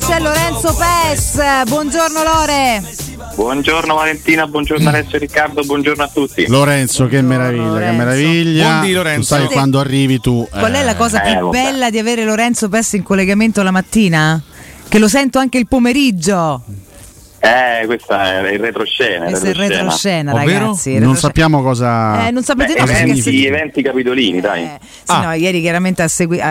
c'è Lorenzo Pes. Buongiorno Lore. Buongiorno Valentina, buongiorno Alessio e Riccardo, buongiorno a tutti. Lorenzo, che meraviglia, Lorenzo. che meraviglia. Buondì, Lorenzo. Tu sai che quando arrivi tu. Qual è la cosa più vabbè. bella di avere Lorenzo Pes in collegamento la mattina? Che lo sento anche il pomeriggio. Questa è il retroscena. Questo è il retroscena, Ovvero? ragazzi. Non sappiamo cosa. Non sapete neanche Eventi capitolini, dai. Sì, no, ieri chiaramente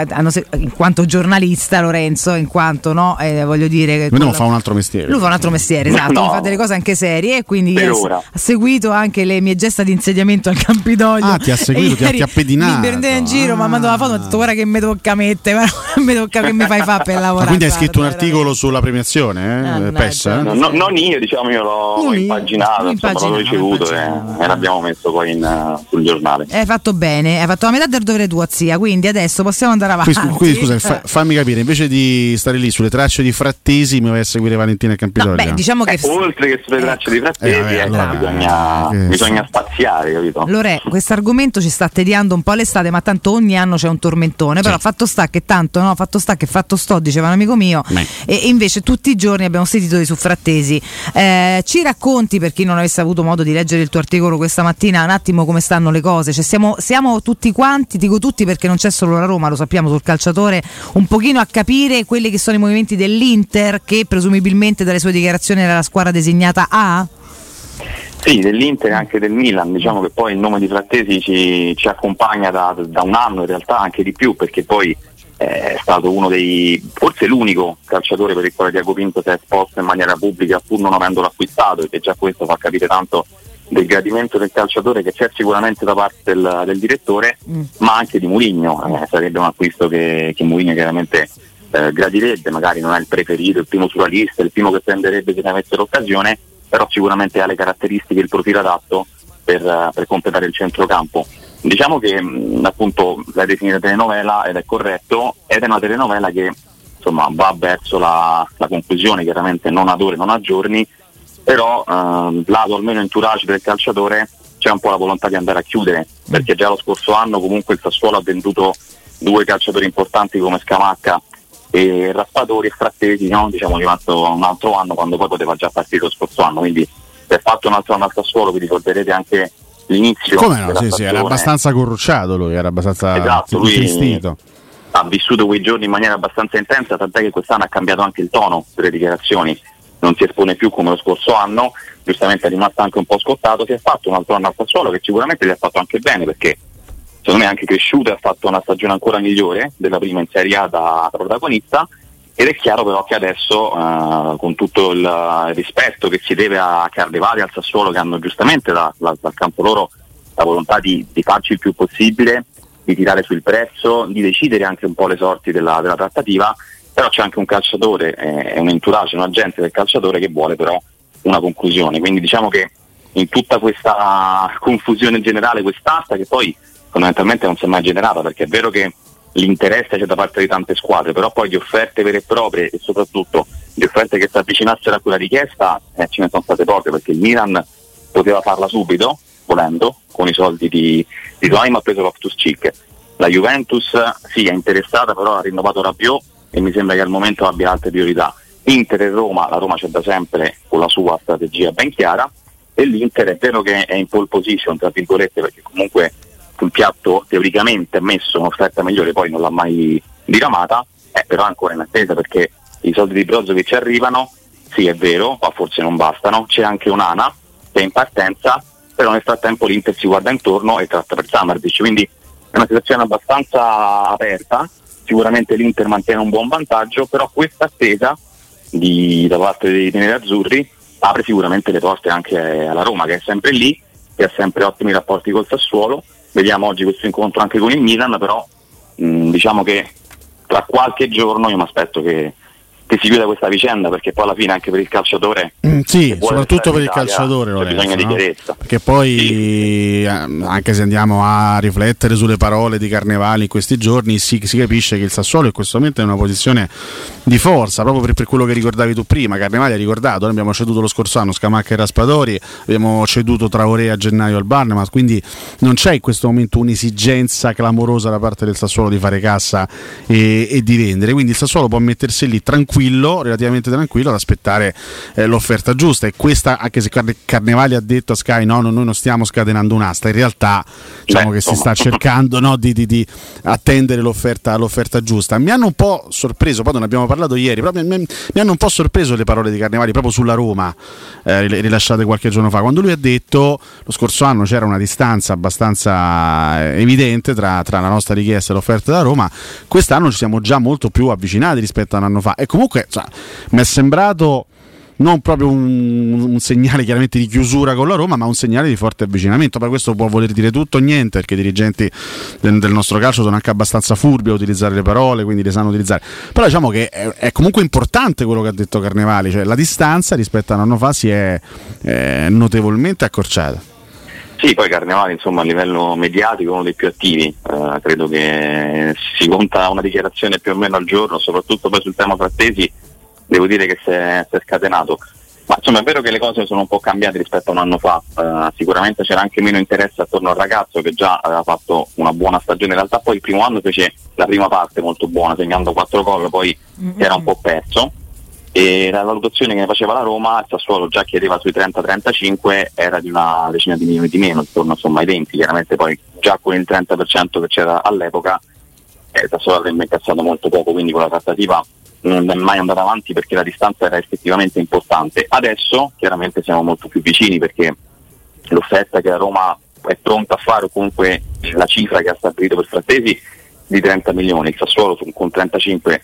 in quanto giornalista Lorenzo, in quanto voglio dire che Lui non fa un altro mestiere. lui fa un altro mestiere, esatto, No. lui fa delle cose anche serie e quindi Per ieri ora. ha seguito anche le mie gesta di insediamento al Campidoglio. Ah, ti ha seguito, E ti ha ieri pedinato. Mi prendeva in giro, mi ha mandato la foto, mi ha detto guarda che mi tocca mettere, mi tocca che mi fai fa per lavorare. Ma quindi hai scritto un guarda, articolo sulla premiazione, Pes? Non io, diciamo, io l'ho impaginato, insomma, l'ho ricevuto e l'abbiamo messo poi sul giornale. Hai fatto bene, hai fatto la metà del dovere tua zia, quindi adesso possiamo andare avanti. Quindi scusa, fammi capire, invece di stare lì sulle tracce di Frattesi mi vai a seguire Valentina e Campidoglio? No, beh, diciamo che Oltre che sulle tracce di Frattesi, allora, bisogna spaziare, capito? Lore, questo argomento ci sta tediando un po' l'estate, ma tanto ogni anno c'è un tormentone. Però fatto sta che fatto sto, diceva un amico mio, e invece tutti i giorni abbiamo questi titoli su Frattesi. Ci racconti, per chi non avesse avuto modo di leggere il tuo articolo questa mattina, un attimo come stanno le cose? Cioè siamo tutti quanti, dico tutti perché non c'è solo la Roma, lo sappiamo, sul calciatore, un pochino a capire quelli che sono i movimenti dell'Inter, che presumibilmente dalle sue dichiarazioni era la squadra designata A? Sì, dell'Inter e anche del Milan, diciamo che poi il nome di Frattesi ci accompagna da un anno, in realtà anche di più, perché poi è stato uno forse l'unico calciatore per il quale Tiago Pinto si è esposto in maniera pubblica pur non avendolo acquistato, e già questo fa capire tanto del gradimento del calciatore che c'è sicuramente da parte del direttore, ma anche di Mourinho. Sarebbe un acquisto che Mourinho chiaramente gradirebbe, magari non è il preferito, il primo sulla lista, il primo che prenderebbe se ne avesse l'occasione, però sicuramente ha le caratteristiche e il profilo adatto per completare il centrocampo. Diciamo che appunto l'hai definita telenovela ed è corretto, ed è una telenovela che insomma va verso la conclusione, chiaramente non ad ore, non a giorni, però lato almeno entourage del calciatore c'è un po' la volontà di andare a chiudere, perché già lo scorso anno comunque il Sassuolo ha venduto due calciatori importanti come Scamacca e Raspadori, e Frattesi diciamo rimasto un altro anno quando poi poteva già partire lo scorso anno, quindi si è fatto un altro anno al Sassuolo, vi ricorderete anche l'inizio. Come no? Sì, era abbastanza corrucciato lui, era abbastanza tristito. Ha vissuto quei giorni in maniera abbastanza intensa, tant'è che quest'anno ha cambiato anche il tono delle dichiarazioni, non si espone più come lo scorso anno, giustamente è rimasto anche un po' scottato, si è fatto un altro anno al Sassuolo che sicuramente gli ha fatto anche bene, perché secondo me è anche cresciuto e ha fatto una stagione ancora migliore della prima in Serie A da protagonista, ed è chiaro però che adesso con tutto il rispetto che si deve a Carnevali, al Sassuolo, che hanno giustamente dal campo loro la volontà di farci il più possibile, di tirare sul prezzo, di decidere anche un po' le sorti della trattativa, però c'è anche un calciatore, un entourage, un agente del calciatore che vuole però una conclusione, quindi diciamo che in tutta questa confusione generale, quest'asta che poi fondamentalmente non si è mai generata, perché è vero che l'interesse c'è da parte di tante squadre, però poi di offerte vere e proprie e soprattutto di offerte che si avvicinassero a quella richiesta ce ne sono state poche, perché il Milan poteva farla subito, volendo, con i soldi di Toim, ha preso Loftus-Cheek. La Juventus sì, è interessata, però ha rinnovato Rabiot e mi sembra che al momento abbia altre priorità. Inter e Roma, la Roma c'è da sempre con la sua strategia ben chiara, e l'Inter è vero che è in pole position, tra virgolette, perché comunque sul piatto teoricamente ha messo un'offerta migliore, poi non l'ha mai diramata, però ancora in attesa, perché i soldi di Brozovic arrivano, sì è vero, ma forse non bastano, c'è anche Onana che è in partenza, però nel frattempo l'Inter si guarda intorno e tratta per Samardžić, quindi è una situazione abbastanza aperta. Sicuramente l'Inter mantiene un buon vantaggio, però questa attesa da parte dei nerazzurri apre sicuramente le porte anche alla Roma, che è sempre lì, che ha sempre ottimi rapporti col Sassuolo. Vediamo oggi questo incontro anche con il Milan, però diciamo che tra qualche giorno io mi aspetto che si chiuda questa vicenda, perché poi alla fine anche per il calciatore sì, soprattutto per il calciatore c'è bisogno di chiarezza, perché poi anche se andiamo a riflettere sulle parole di Carnevali in questi giorni si capisce che il Sassuolo in questo momento è in una posizione di forza, proprio per quello che ricordavi tu prima. Carnevali ha ricordato, noi abbiamo ceduto lo scorso anno Scamacca e Raspadori, abbiamo ceduto Traoré a gennaio al Bournemouth, quindi non c'è in questo momento un'esigenza clamorosa da parte del Sassuolo di fare cassa e di vendere, quindi il Sassuolo può mettersi lì tranquillo relativamente tranquillo ad aspettare l'offerta giusta. E questa, anche se Carnevali ha detto a Sky no, noi non stiamo scatenando un'asta, in realtà diciamo che si sta cercando, no, di attendere l'offerta giusta. Mi hanno un po' sorpreso, poi non abbiamo parlato ieri, però mi hanno un po' sorpreso le parole di Carnevali proprio sulla Roma, rilasciate qualche giorno fa, quando lui ha detto lo scorso anno c'era una distanza abbastanza evidente tra la nostra richiesta e l'offerta da Roma, quest'anno ci siamo già molto più avvicinati rispetto a un anno fa, e comunque mi è sembrato non proprio un segnale chiaramente di chiusura con la Roma, ma un segnale di forte avvicinamento. Poi questo può voler dire tutto o niente, perché i dirigenti del nostro calcio sono anche abbastanza furbi a utilizzare le parole, quindi le sanno utilizzare. Però diciamo che è comunque importante quello che ha detto Carnevali, cioè la distanza rispetto a un anno fa si è notevolmente accorciata. Sì, poi Carnevali insomma a livello mediatico è uno dei più attivi, credo che si conta una dichiarazione più o meno al giorno, soprattutto poi sul tema Frattesi. Devo dire che si è scatenato, ma insomma è vero che le cose sono un po' cambiate rispetto a un anno fa, sicuramente c'era anche meno interesse attorno al ragazzo che già aveva fatto una buona stagione, in realtà poi il primo anno fece la prima parte molto buona segnando 4 gol, poi era un po' perso, e la valutazione che ne faceva la Roma, il Sassuolo già chiedeva sui 30-35, era di una decina di milioni di meno, intorno insomma ai 20, chiaramente poi già con il 30% che c'era all'epoca il Sassuolo avrebbe incassato molto poco, quindi con la trattativa non è mai andata avanti perché la distanza era effettivamente importante. Adesso chiaramente siamo molto più vicini, perché l'offerta che la Roma è pronta a fare, o comunque la cifra che ha stabilito per Frattesi di 30 milioni, il Sassuolo con 35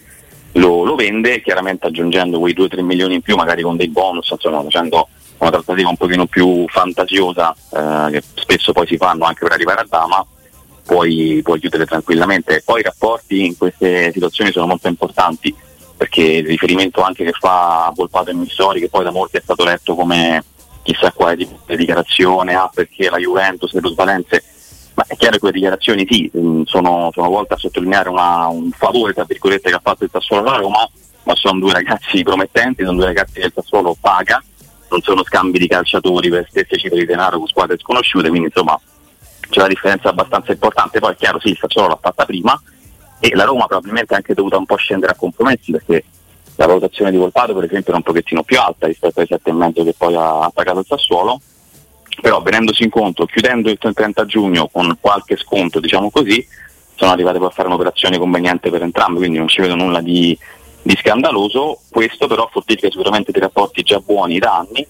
lo vende, chiaramente aggiungendo quei 2-3 milioni in più, magari con dei bonus, insomma facendo una trattativa un pochino più fantasiosa, che spesso poi si fanno anche per arrivare a Dama, puoi chiudere tranquillamente. Poi i rapporti in queste situazioni sono molto importanti, perché il riferimento anche che fa a Volpato e Missori, che poi da molti è stato letto come chissà quale tipo di dichiarazione, perché la Juventus, le plusvalenze, ma è chiaro che quelle dichiarazioni sì, sono volte a sottolineare un favore tra virgolette che ha fatto il Sassuolo alla Roma, ma sono 2 ragazzi promettenti, sono 2 ragazzi che il Sassuolo paga, non sono scambi di calciatori per stesse cifre di denaro con squadre sconosciute, quindi insomma c'è una differenza abbastanza importante. Poi è chiaro sì, il Sassuolo l'ha fatta prima, e la Roma probabilmente ha anche dovuta un po' scendere a compromessi, perché la valutazione di Volpato per esempio era un pochettino più alta rispetto ai 7,5 che poi ha pagato il Sassuolo, però venendosi incontro, chiudendo il 30 giugno con qualche sconto, diciamo così, sono arrivati poi a fare un'operazione conveniente per entrambi, quindi non ci vedo nulla di scandaloso. Questo però fortifica sicuramente dei rapporti già buoni da anni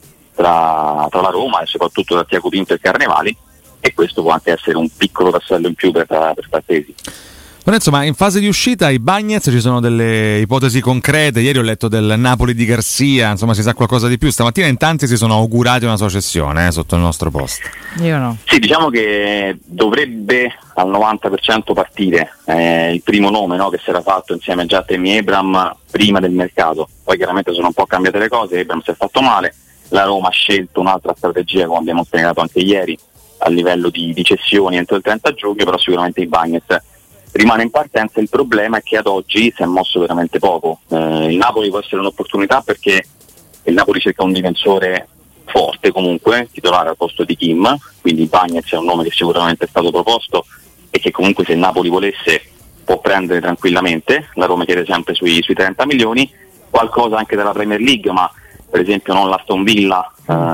tra la Roma e soprattutto tra Tiago Pinto e Carnevali, e questo può anche essere un piccolo tassello in più per Frattesi. Lorenzo, ma in fase di uscita i Bagnez ci sono delle ipotesi concrete? Ieri ho letto del Napoli di Garcia, insomma si sa qualcosa di più. Stamattina in tanti si sono augurati una sua cessione sotto il nostro post. Io no. Sì, diciamo che dovrebbe al 90% partire il primo nome, no, che si era fatto insieme già a Tammy Abraham prima del mercato. Poi chiaramente sono un po' cambiate le cose, Abraham si è fatto male, la Roma ha scelto un'altra strategia, come abbiamo spiegato anche ieri, a livello di cessioni entro il 30 giugno, però sicuramente i Bagnez rimane in partenza. Il problema è che ad oggi si è mosso veramente poco. Il Napoli può essere un'opportunità, perché il Napoli cerca un difensore forte comunque, titolare al posto di Kim, quindi Bagnez è un nome che sicuramente è stato proposto e che comunque se il Napoli volesse può prendere tranquillamente. La Roma chiede sempre sui 30 milioni, qualcosa anche dalla Premier League, ma per esempio non l'Aston Villa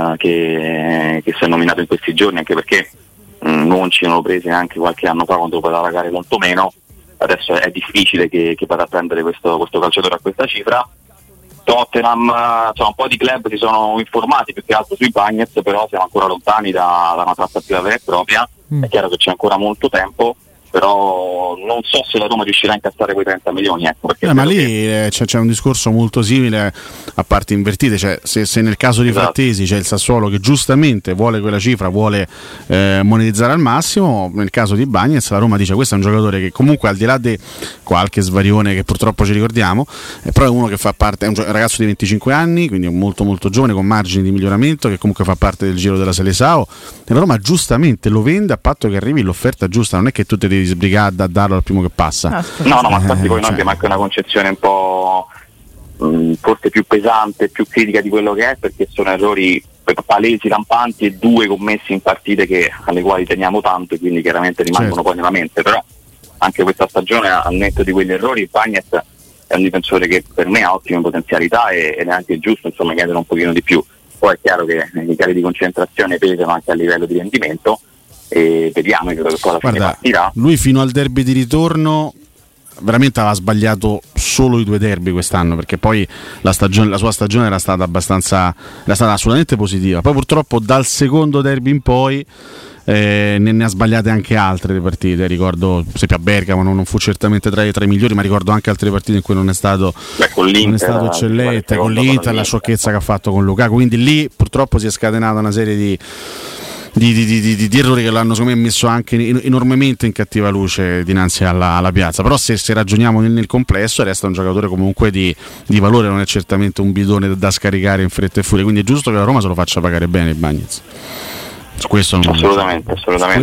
che si è nominato in questi giorni, anche perché non ci hanno prese anche qualche anno fa quando poteva pagare molto meno. Adesso è difficile che vada a prendere questo calciatore a questa cifra. Tottenham, un po' di club si sono informati più che altro sui Bagnez, però siamo ancora lontani da una trattativa vera e propria. È chiaro che c'è ancora molto tempo, però non so se la Roma riuscirà a incassare quei 30 milioni, ecco, perché ma lì c'è un discorso molto simile a parti invertite, cioè se nel caso di Frattesi c'è il Sassuolo che giustamente vuole quella cifra, vuole monetizzare al massimo, nel caso di Bagnez la Roma dice questo è un giocatore che comunque al di là di qualche svarione che purtroppo ci ricordiamo, però è uno che fa parte, è un ragazzo di 25 anni, quindi molto molto giovane con margini di miglioramento, che comunque fa parte del giro della Seleção, e la Roma giustamente lo vende a patto che arrivi l'offerta giusta, non è che tu ti devi sbrigare a darlo al primo che passa. No, ma infatti poi noi abbiamo anche una concezione un po' forse più pesante, più critica di quello che è, perché sono errori palesi, rampanti, e 2 commessi in partite alle quali teniamo tanto, e quindi chiaramente rimangono poi nella mente. Però anche questa stagione, al netto di quegli errori, Bagnez è un difensore che per me ha ottime potenzialità ed è anche giusto insomma chiedere un pochino di più. Poi è chiaro che i cali di concentrazione pesano anche a livello di rendimento e vediamo che cosa fine partirà. Lui fino al derby di ritorno veramente aveva sbagliato solo i 2 derby quest'anno, perché poi la sua stagione era stata assolutamente positiva. Poi purtroppo dal secondo derby in poi ne ha sbagliate anche altre le partite. Ricordo per esempio a Bergamo non fu certamente tra i migliori, ma ricordo anche altre partite in cui non è stato eccellente, con l'Inter, la sciocchezza che ha fatto con Lukaku, quindi lì purtroppo si è scatenata una serie di errori che l'hanno secondo me messo anche enormemente in cattiva luce dinanzi alla piazza. Però se ragioniamo nel complesso resta un giocatore comunque di valore, non è certamente un bidone da scaricare in fretta e furia, quindi è giusto che la Roma se lo faccia pagare bene il Bagnez. Questo non assolutamente.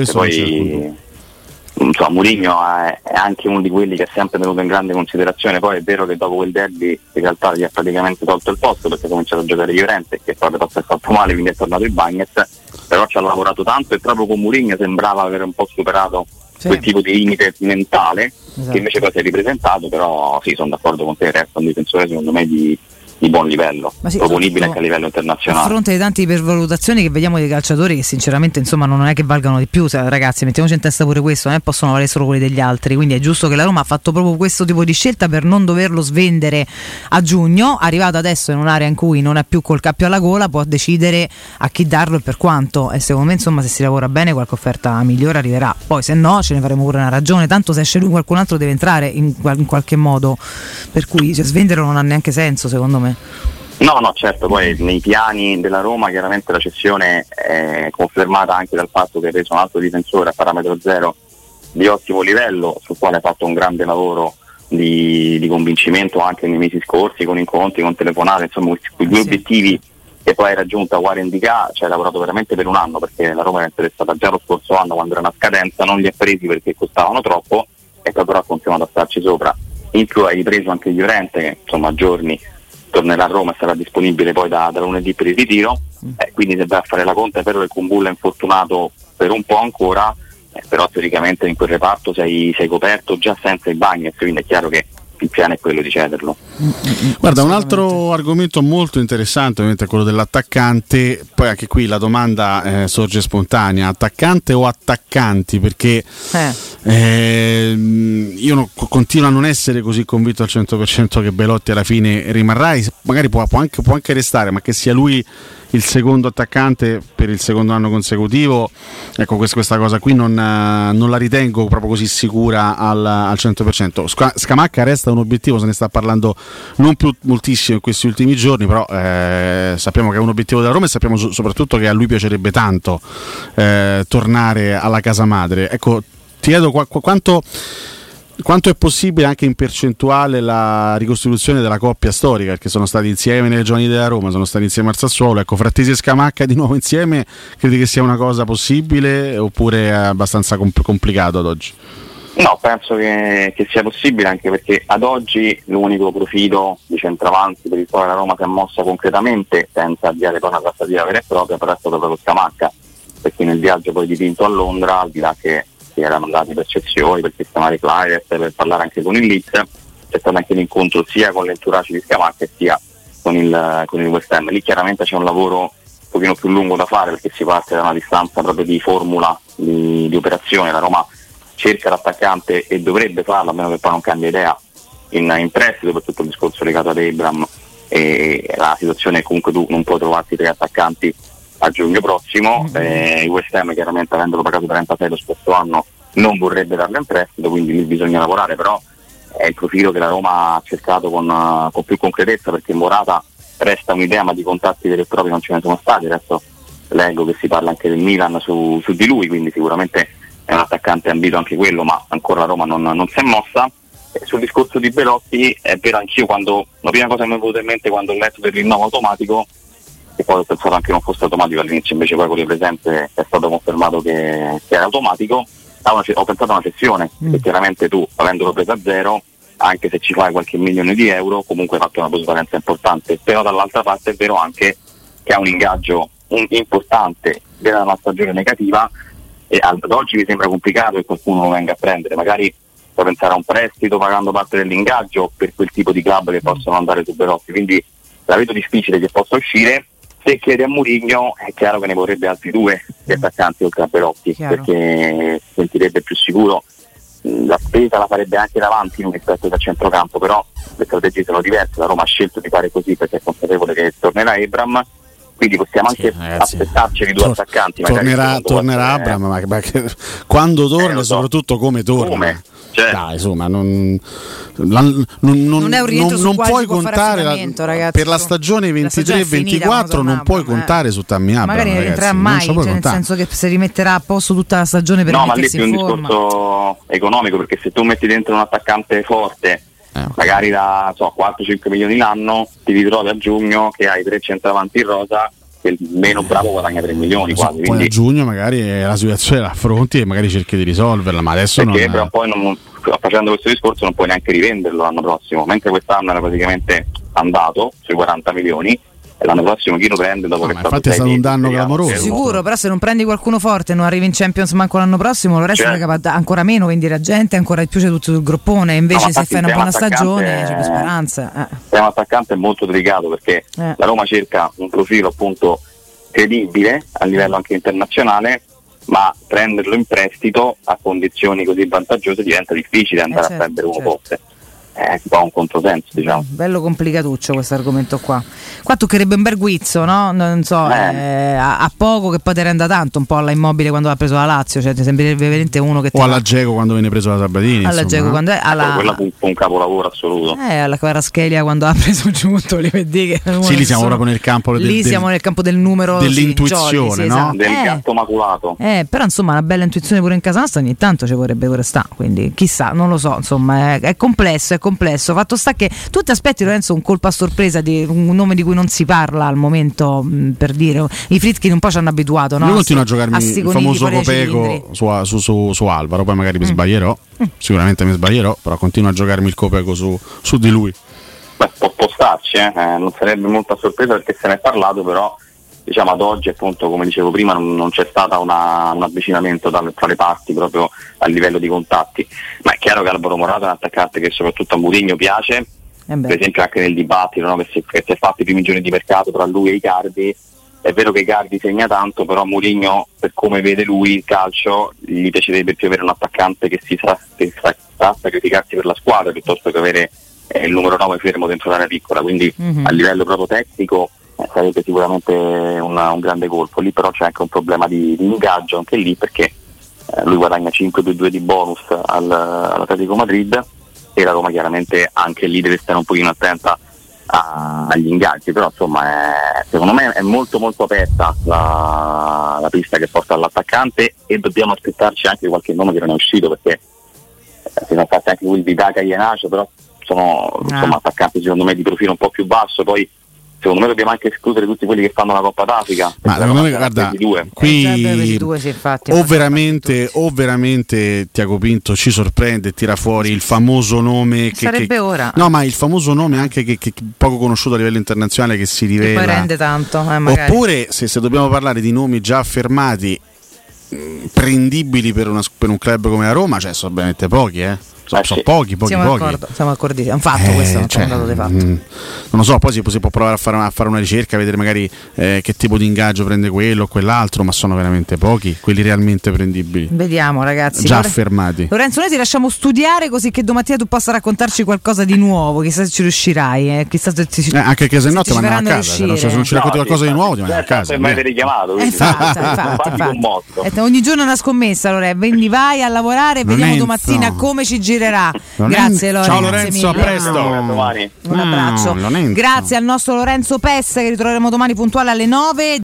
Poi insomma, Mourinho è anche uno di quelli che è sempre tenuto in grande considerazione. Poi è vero che dopo quel derby in realtà gli ha praticamente tolto il posto, perché ha cominciato a giocare Llorente, che poi è fatto male, quindi è tornato il Bagnez, però ci ha lavorato tanto e proprio con Mourinho sembrava avere un po' superato quel tipo di limite mentale, che invece poi si è ripresentato. Però sì, sono d'accordo con te, resta un difensore secondo me di buon livello, proponibile anche a livello internazionale. A fronte di tante ipervalutazioni che vediamo dei calciatori che sinceramente insomma non è che valgano di più, ragazzi, mettiamoci in testa pure questo, non è possono valere solo quelli degli altri, quindi è giusto che la Roma ha fatto proprio questo tipo di scelta per non doverlo svendere a giugno. Arrivato adesso in un'area in cui non è più col cappio alla gola, può decidere a chi darlo e per quanto, e secondo me insomma se si lavora bene qualche offerta migliore arriverà. Poi se no ce ne faremo pure una ragione, tanto se esce lui qualcun altro deve entrare in qualche modo, per cui svenderlo non ha neanche senso secondo me. No, certo, poi nei piani della Roma chiaramente la cessione è confermata anche dal fatto che ha preso un altro difensore a parametro zero di ottimo livello, sul quale ha fatto un grande lavoro di convincimento anche nei mesi scorsi, con incontri, con telefonate, insomma questi 2 obiettivi che poi hai raggiunto a Warren Dica, cioè ha lavorato veramente per un anno, perché la Roma era interessata già lo scorso anno quando era una scadenza, non li ha presi perché costavano troppo e poi però ha continuato a starci sopra. In più hai ripreso anche Llorente, che insomma a giorni tornerà a Roma e sarà disponibile poi da lunedì per il ritiro, quindi se vai a fare la conta è vero che Kumbulla è infortunato per un po' ancora, però teoricamente in quel reparto sei coperto già senza il Bagnez, quindi è chiaro che il piano è quello di cederlo. Guarda, un altro argomento molto interessante ovviamente è quello dell'attaccante. Poi anche qui la domanda sorge spontanea: attaccante o attaccanti? Perché io continuo a non essere così convinto al 100% che Belotti alla fine rimarrà, magari può anche restare, ma che sia lui il secondo attaccante per il secondo anno consecutivo, ecco, questa cosa qui non la ritengo proprio così sicura al 100%. Scamacca resta un obiettivo, se ne sta parlando non più moltissimo in questi ultimi giorni, però sappiamo che è un obiettivo della Roma e sappiamo soprattutto che a lui piacerebbe tanto tornare alla casa madre. Ecco, ti chiedo quanto è possibile anche in percentuale la ricostituzione della coppia storica, perché sono stati insieme nelle giovani della Roma, sono stati insieme al Sassuolo. Ecco, Frattesi e Scamacca di nuovo insieme, credi che sia una cosa possibile oppure è abbastanza complicato ad oggi? No, penso che sia possibile, anche perché ad oggi l'unico profilo di centravanti per il quale la Roma si è mossa concretamente senza avviare poi una trattativa vera e propria però è stato proprio Scamacca, perché nel viaggio poi dipinto a Londra, al di là che erano andati per cessioni, per sistemare Clivert, per parlare anche con il Leeds, c'è stato anche l'incontro sia con l'entourage di Scamacca sia con il West Ham. Lì chiaramente c'è un lavoro un pochino più lungo da fare, perché si parte da una distanza proprio di formula di operazione. La Roma cerca l'attaccante e dovrebbe farlo, a meno che poi non cambia idea, in prestito, per tutto il discorso legato ad Abraham e la situazione comunque tu non puoi trovarti 3 attaccanti a giugno prossimo. Il West Ham chiaramente, avendolo pagato 36 lo scorso anno, non vorrebbe darlo in prestito, quindi lì bisogna lavorare, però è il profilo che la Roma ha cercato con più concretezza, perché Morata resta un'idea, ma di contatti veri e propri non ce ne sono stati. Adesso leggo che si parla anche del Milan su di lui, quindi sicuramente è un attaccante ambito anche quello, ma ancora la Roma non si è mossa. Sul discorso di Belotti è vero, anch'io la prima cosa che mi è venuta in mente quando ho letto del rinnovo automatico, e poi ho pensato anche non fosse automatico all'inizio, invece poi con le presenze è stato confermato che era automatico, ho pensato a una cessione, che chiaramente tu, avendolo preso a zero, anche se ci fai qualche milione di euro, comunque hai fatto una plusvalenza importante. Però dall'altra parte è vero anche che ha un ingaggio importante della una stagione negativa, e ad oggi mi sembra complicato che qualcuno lo venga a prendere. Magari puoi pensare a un prestito pagando parte dell'ingaggio per quel tipo di club che possono andare su Belotti, quindi la vedo difficile che possa uscire. Se chiede a Mourinho è chiaro che ne vorrebbe altri 2 attaccanti oltre a Belotti, perché si sentirebbe più sicuro. La spesa la farebbe anche davanti rispetto al centrocampo, però le strategie sono diverse. La Roma ha scelto di fare così perché è consapevole che tornerà Ebram, quindi possiamo anche aspettarci di 2 attaccanti. Tornerà Abram, ma quando torna, soprattutto come torna. Come? Dai, insomma, non è un rientro non puoi contare ragazzi, per la stagione 23-24 non puoi contare su Tammy Abraham, magari non rientrerà mai, nel senso che si rimetterà a posto tutta la stagione per mettersi in forma. No, ma lì è più un discorso economico, perché se tu metti dentro un attaccante forte magari da 4-5 milioni l'anno, ti ritrovi a giugno che hai 3 centravanti in rosa, che il meno bravo guadagna 3 milioni quasi. Poi a giugno magari la situazione la affronti e magari cerchi di risolverla, ma adesso perché però poi facendo questo discorso non puoi neanche rivenderlo l'anno prossimo, mentre quest'anno era praticamente andato sui 40 milioni e l'anno prossimo chi lo prende dopo che infatti è stato un danno clamoroso. Sicuro, però se non prendi qualcuno forte e non arrivi in Champions manco l'anno prossimo, lo resto è ancora meno vendere a gente, ancora di più c'è tutto il groppone, invece se fai una buona stagione c'è più speranza. È un attaccante molto delicato, perché la Roma cerca un profilo appunto credibile a livello anche internazionale, ma prenderlo in prestito a condizioni così vantaggiose diventa difficile andare a prendere uno forte. È un po' un controsenso, diciamo. Bello complicatuccio questo argomento qua. Qua toccherebbe un bel guizzo, no? Non so, a poco che poi ti renda tanto, un po' alla Immobile quando l'ha preso la Lazio, cioè ti sembrerebbe veramente uno che o alla Dzeko quando viene preso la Sabatini. Alla Dzeko quando è quella fu un capolavoro assoluto. Alla Kvaratskhelia quando ha preso Giuntoli, per dire che lì siamo proprio nel campo siamo nel campo del numero dell'intuizione, no? Esatto. Del gatto maculato. Però insomma una bella intuizione pure in casa nostra ogni tanto ci vorrebbe pure sta, quindi chissà, non lo so, insomma è complesso. Fatto sta che tu ti aspetti, Lorenzo, un colpo a sorpresa di un nome di cui non si parla al momento, per dire, i Friedkin un po' ci hanno abituato, no? Io continuo a giocarmi il famoso Copeco su Alvaro, poi magari mi sbaglierò, sicuramente mi sbaglierò, però continuo a giocarmi il Copeco su di lui. Beh, può starci, non sarebbe molta sorpresa perché se ne è parlato, però diciamo ad oggi, appunto, come dicevo prima, non c'è stato un avvicinamento tra le parti proprio a livello di contatti, ma è chiaro che Alvaro Morata è un attaccante che soprattutto a Mourinho piace, per esempio anche nel dibattito, no, che si è fatto i primi giorni di mercato tra lui e Icardi. È vero che Icardi segna tanto, però Mourinho, per come vede lui il calcio, gli piacerebbe più avere un attaccante che sa sacrificarsi per la squadra piuttosto che avere il numero 9 fermo dentro l'area piccola, quindi a livello proprio tecnico sarebbe sicuramente un grande colpo. Lì però c'è anche un problema di ingaggio anche lì, perché lui guadagna 5+2 di bonus all'Atletico Madrid e la Roma chiaramente anche lì deve stare un pochino attenta agli ingaggi, però insomma secondo me è molto molto aperta la pista che porta all'attaccante e dobbiamo aspettarci anche qualche nome che non è uscito, perché si sono fatti anche quelli di Daca e Iheanacho, però sono insomma attaccanti secondo me di profilo un po' più basso. Poi secondo me dobbiamo anche escludere tutti quelli che fanno la Coppa d'Africa. Ma secondo me, guarda, qui o veramente Tiago Pinto ci sorprende e tira fuori il famoso nome sarebbe ora. No, ma il famoso nome anche che poco conosciuto a livello internazionale, che si rivela, che poi rende tanto, oppure se dobbiamo parlare di nomi già affermati prendibili per un club come la Roma, cioè sono veramente pochi, sono pochi. Siamo d'accordo, hanno fatto questo, non dato dei fatti. Non lo so, poi si può provare a fare una ricerca, vedere magari che tipo di ingaggio prende quello o quell'altro, ma sono veramente pochi quelli realmente prendibili. Vediamo, ragazzi, già affermati. Lorenzo, noi ti lasciamo studiare così che domattina tu possa raccontarci qualcosa di nuovo, chissà se ci riuscirai, chissà se anche che se no ti mandiamo a casa, se non ci racconti qualcosa di nuovo ti mandiamo a casa. Se mai avete chiamato, infatti. Ogni giorno è una scommessa, Lorenzo, quindi vai a lavorare, vediamo domattina come ci girerà. Grazie Lorenzo. Ciao Lorenzo, a presto. Un abbraccio. Grazie al nostro Lorenzo Pessa, che ritroveremo domani puntuale alle 9.